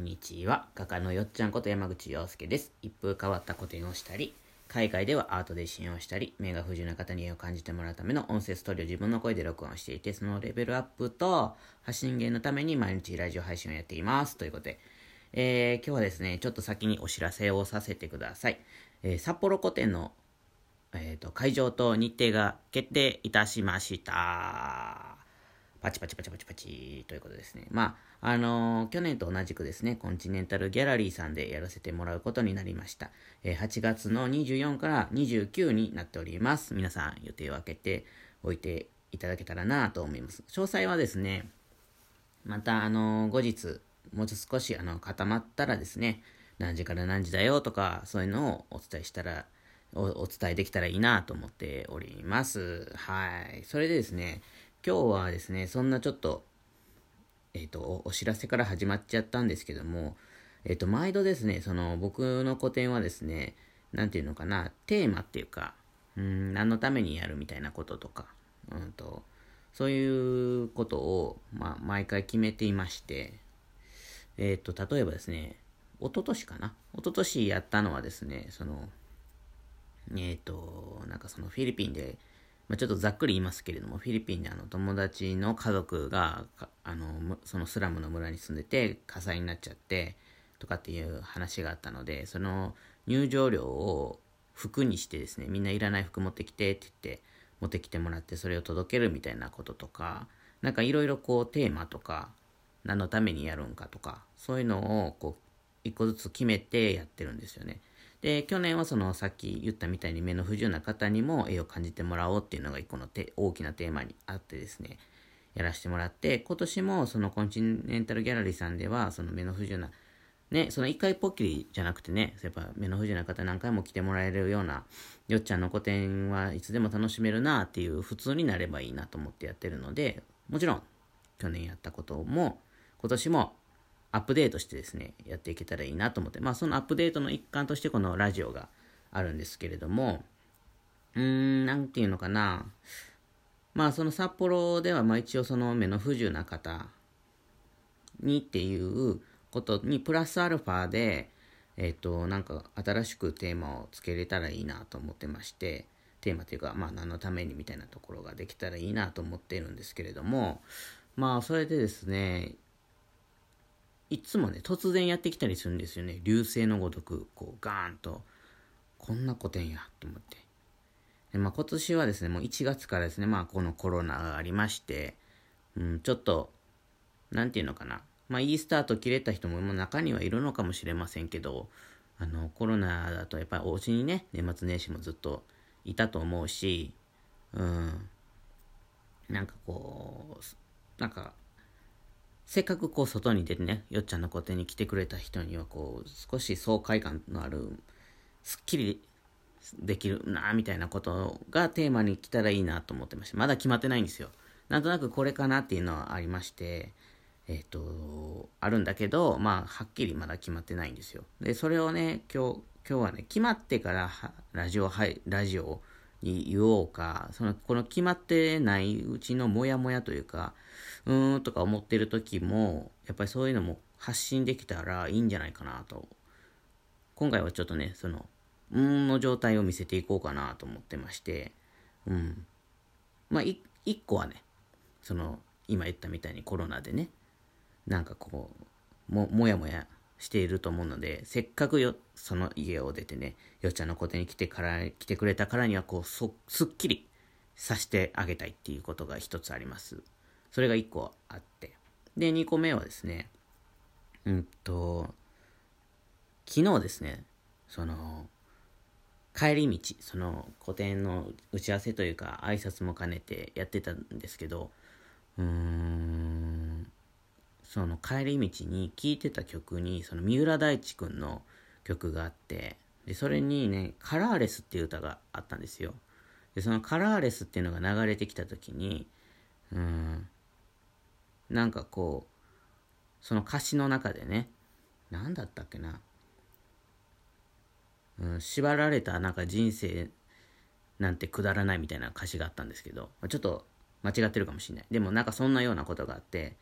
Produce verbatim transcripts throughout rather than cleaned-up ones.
んにちは。画家のよっちゃんこと山口洋介です。一風変わった個展をしたり、海外ではアートで支援をしたり、目が不自由な方に絵を感じてもらうための音声ストーリーを自分の声で録音していて、そのレベルアップと発信源のために毎日ラジオ配信をやっています。ということで、えー、今日はですね、ちょっと先にお知らせをさせてください。えー、札幌個展の、えーと、会場と日程が決定いたしました。パチパチパチパチパチということですね。まあ、あのー、去年と同じくですね、コンチネンタルギャラリーさんでやらせてもらうことになりました。えー、はちがつのにじゅうよっかからにじゅうくになっております。皆さん予定を空けておいていただけたらなと思います。詳細はですね、また、あのー、後日、もう少しあの固まったらですね、何時から何時だよとか、そういうのをお伝えしたら、お、お伝えできたらいいなと思っております。はい。それでですね、今日はですね、そんなちょっと、えっと、お、お知らせから始まっちゃったんですけども、えっと、毎度ですね、その、僕の個展はですね、なんていうのかな、テーマっていうか、うん、何のためにやるみたいなこととか、うんと、そういうことを、まあ、毎回決めていまして、えっと、例えばですね、一昨年かな一昨年やったのはですね、その、えっと、なんかそのフィリピンで、まあ、ちょっとざっくり言いますけれども、フィリピンであの友達の家族があのそのスラムの村に住んでて火災になっちゃってとかっていう話があったので、その入場料を服にしてですね、みんないらない服持ってきてって言って持ってきてもらって、それを届けるみたいなこととか、なんかいろいろこうテーマとか何のためにやるんかとか、そういうのをこう一個ずつ決めてやってるんですよね。で、去年はそのさっき言ったみたいに目の不自由な方にも絵を感じてもらおうっていうのが一個の大きなテーマにあってですね、やらせてもらって、今年もそのコンチネンタルギャラリーさんでは、その目の不自由な、ね、その一回ぽっきりじゃなくてね、やっぱ目の不自由な方何回も来てもらえるような、よっちゃんの個展はいつでも楽しめるなっていう普通になればいいなと思ってやってるので、もちろん去年やったことも今年もアップデートしてですね、やっていけたらいいなと思って、まあそのアップデートの一環としてこのラジオがあるんですけれども、うーん、なんていうのかな。まあその札幌ではまあ一応その目の不自由な方にっていうことにプラスアルファで、えっと、なんか新しくテーマをつけれたらいいなと思ってまして、テーマというか、まあ何のためにみたいなところができたらいいなと思っているんですけれども、まあそれでですね、いつもね、突然やってきたりするんですよね。流星のごとく、こう、ガーンと、こんな古典や、と思って。で、まあ、今年はですね、もういちがつからですね、まあ、このコロナがありまして、うん、ちょっと、なんていうのかな。まあ、いいスタート切れた人も中にはいるのかもしれませんけど、あの、コロナだとやっぱりお家にね、年末年始もずっといたと思うし、うん、なんかこう、なんか、せっかくこう外に出てね、よっちゃんの個展に来てくれた人にはこう少し爽快感のあるすっきりできるなみたいなことがテーマに来たらいいなと思ってました。まだ決まってないんですよ。なんとなくこれかなっていうのはありまして、えっとあるんだけど、まあはっきりまだ決まってないんですよ。でそれをね、今日今日はね、決まってからラジオはいラジオに言おうか、そのこの決まってないうちのモヤモヤというか、うーんとか思ってる時も、やっぱりそういうのも発信できたらいいんじゃないかなと。今回はちょっとね、その、うーんの状態を見せていこうかなと思ってまして、うん。まあ、い一個はね、その、今言ったみたいにコロナでね、なんかこう、も、もやもやしていると思うので、せっかくよ、その家を出てね、よっちゃんの個展に来てから、来てくれたからには、こう、そ、すっきりさせてあげたいっていうことが一つあります。それが一個あって。で、二個目はですね、うんと、昨日ですね、その、帰り道、その個展の打ち合わせというか挨拶も兼ねてやってたんですけど、うーん、その帰り道に聴いてた曲に、その三浦大知くんの曲があって、で、それにね、カラーレスっていう歌があったんですよ。で、そのカラーレスっていうのが流れてきたときに、うーん、なんかこう、その歌詞の中でね、なんだったっけな、うん、縛られたなんか人生なんてくだらないみたいな歌詞があったんですけど、ちょっと間違ってるかもしれない。でもなんかそんなようなことがあって、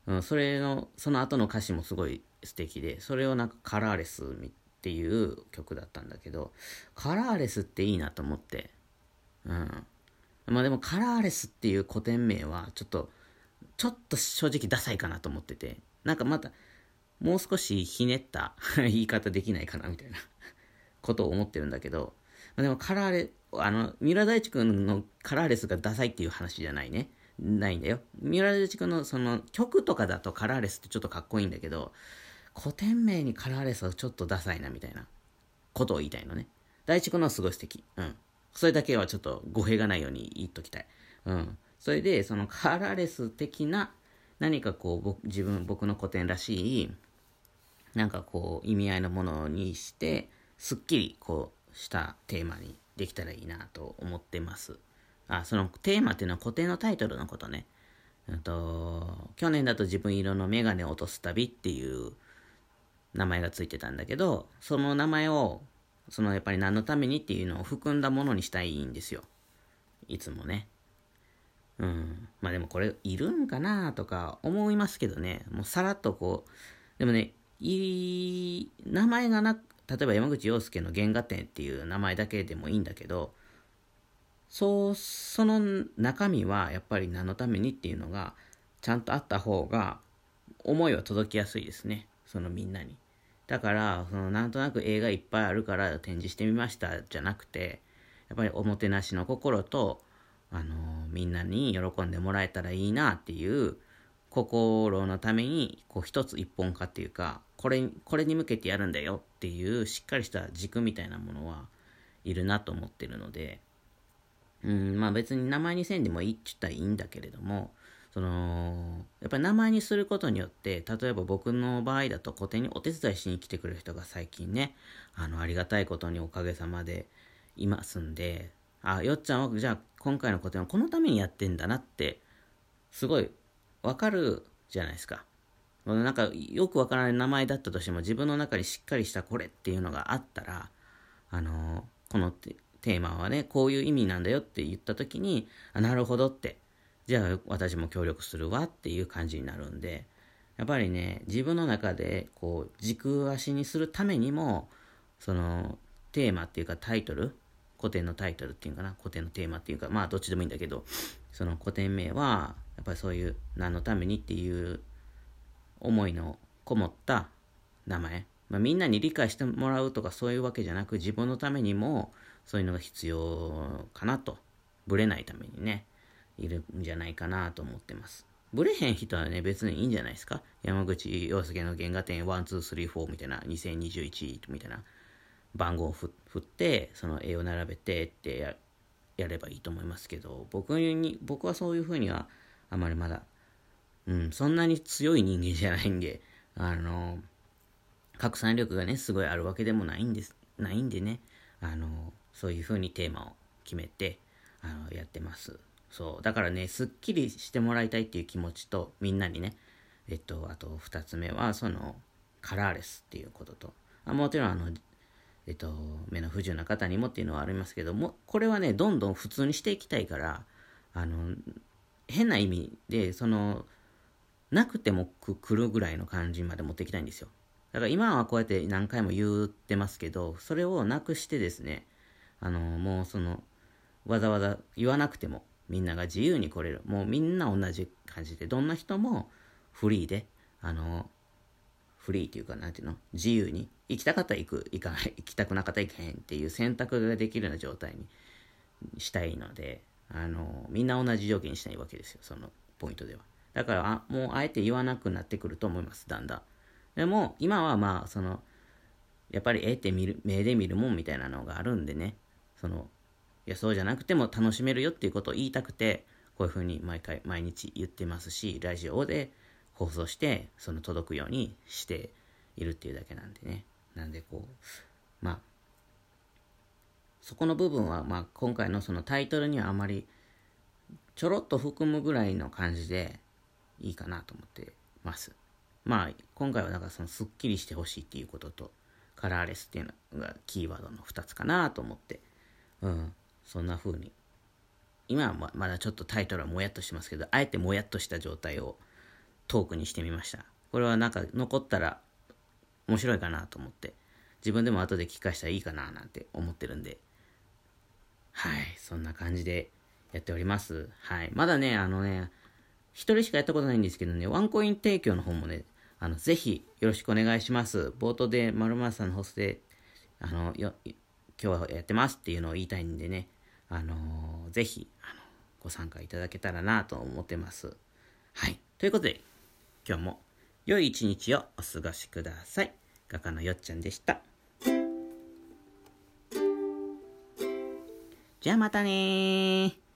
うん、それのその後の歌詞もすごい素敵で、それをなんかカラーレスっていう曲だったんだけど、カラーレスっていいなと思って、うん。まあでもカラーレスっていう古典名はちょっとちょっと正直ダサいかなと思ってて、なんかまたもう少しひねった言い方できないかなみたいなことを思ってるんだけど、でもカラーレあの三浦大知君のカラーレスがダサいっていう話じゃないね、ないんだよ。三浦大知君のその曲とかだとカラーレスってちょっとかっこいいんだけど、古典名にカラーレスはちょっとダサいなみたいなことを言いたいのね。大知君のはすごい素敵。うん。それだけはちょっと語弊がないように言っときたい。うん。それで、そのカラーレス的な何かこう僕、自分、僕の古典らしい、なんかこう意味合いのものにして、すっきりこうしたテーマにできたらいいなと思ってます。あ、そのテーマっていうのは古典のタイトルのことね。うんと、去年だと自分色のメガネを落とす旅っていう名前がついてたんだけど、その名前を、そのやっぱり何のためにっていうのを含んだものにしたいんですよ。いつもね。うん。まあでもこれいるんかなとか思いますけどね。もうさらっとこう、でもね、いい、名前がな、例えば山口洋介の原画展っていう名前だけでもいいんだけど、そう、その中身はやっぱり何のためにっていうのがちゃんとあった方が思いは届きやすいですね。そのみんなに。だから、そのなんとなく映画いっぱいあるから展示してみましたじゃなくて、やっぱりおもてなしの心と、あのー、みんなに喜んでもらえたらいいなっていう心のために、こう一つ一本化っていうか、これ、これに向けてやるんだよっていうしっかりした軸みたいなものはいるなと思ってるので、うん、まあ別に名前にせんでもいいって言ったらいいんだけれども、その、やっぱり名前にすることによって、例えば僕の場合だと個展にお手伝いしに来てくれる人が最近ね、あの、ありがたいことにおかげさまでいますんで、あ、よっちゃんはじゃあ今回の個展はこのためにやってんだなって、すごいわかるじゃないですか。なんかよくわからない名前だったとしても自分の中にしっかりしたこれっていうのがあったら、あの、このテーマはね、こういう意味なんだよって言った時に、あ、なるほどって、じゃあ私も協力するわっていう感じになるんで、やっぱりね、自分の中でこう軸足にするためにも、そのテーマっていうかタイトル、古典のタイトルっていうかな、古典のテーマっていうか、まあどっちでもいいんだけど、その古典名は、やっぱりそういう何のためにっていう思いのこもった名前、まあ、みんなに理解してもらうとかそういうわけじゃなく、自分のためにもそういうのが必要かなと、ブレないためにね、いるんじゃないかなと思ってます。ブレへん人はね、別にいいんじゃないですか。山口洋介の原画展いち、に、さん、よんみたいな、にせんにじゅういちみたいな番号を振って、その絵を並べてってややればいいと思いますけど、僕に、僕はそういうふうにはあまりまだ、うん、そんなに強い人間じゃないんで、あの、拡散力がね、すごいあるわけでもないんです、ないんでね、あの、そういうふうにテーマを決めて、あの、やってます。そう。だからね、すっきりしてもらいたいっていう気持ちと、みんなにね、えっと、あと二つ目は、その、カラーレスっていうことと、あもちろんあの、えっと、目の不自由な方にもっていうのはありますけども、これはね、どんどん普通にしていきたいから、あの、変な意味で、その、なくても来るぐらいの感じまで持っていきたいんですよ。だから今はこうやって何回も言ってますけど、それをなくしてですね、あの、もうその、わざわざ言わなくても、みんなが自由に来れる。もうみんな同じ感じで、どんな人もフリーで、あの、フリーっていうか、なんていうの自由に、行きたかったら行く、行かない、行きたくなかったら行かへんっていう選択ができるような状態にしたいので、あの、みんな同じ条件にしたいわけですよ、そのポイントでは。だから、あもうあえて言わなくなってくると思います、だんだん。でも、今はまあ、その、やっぱり絵って見る、目で見るもんみたいなのがあるんでね、その、いや、そうじゃなくても楽しめるよっていうことを言いたくて、こういうふうに毎回、毎日言ってますし、ラジオで放送して、その届くようにしているっていうだけなんでね。なんでこう、まあ、そこの部分は、まあ、今回のそのタイトルにはあまり、ちょろっと含むぐらいの感じでいいかなと思ってます。まあ、今回はだからそのスッキリしてほしいっていうことと、カラーレスっていうのがキーワードのふたつかなと思って、うん、そんな風に。今はまだちょっとタイトルはもやっとしますけど、あえてもやっとした状態をトークにしてみました。これはなんか残ったら面白いかなと思って、自分でも後で聞かしたらいいかななんて思ってるんで、はい、そんな感じでやっております。はい、まだね、あのね、一人しかやったことないんですけどね、ワンコイン提供の方もね、あの、ぜひよろしくお願いします。冒頭で〇〇さんのホストで、あの、よ、今日はやってますっていうのを言いたいんでね、あのー、ぜひ、あの、ご参加いただけたらなと思ってます。はい。ということで、今日も良い一日をお過ごしください。画家のよっちゃんでした。じゃあまたねー。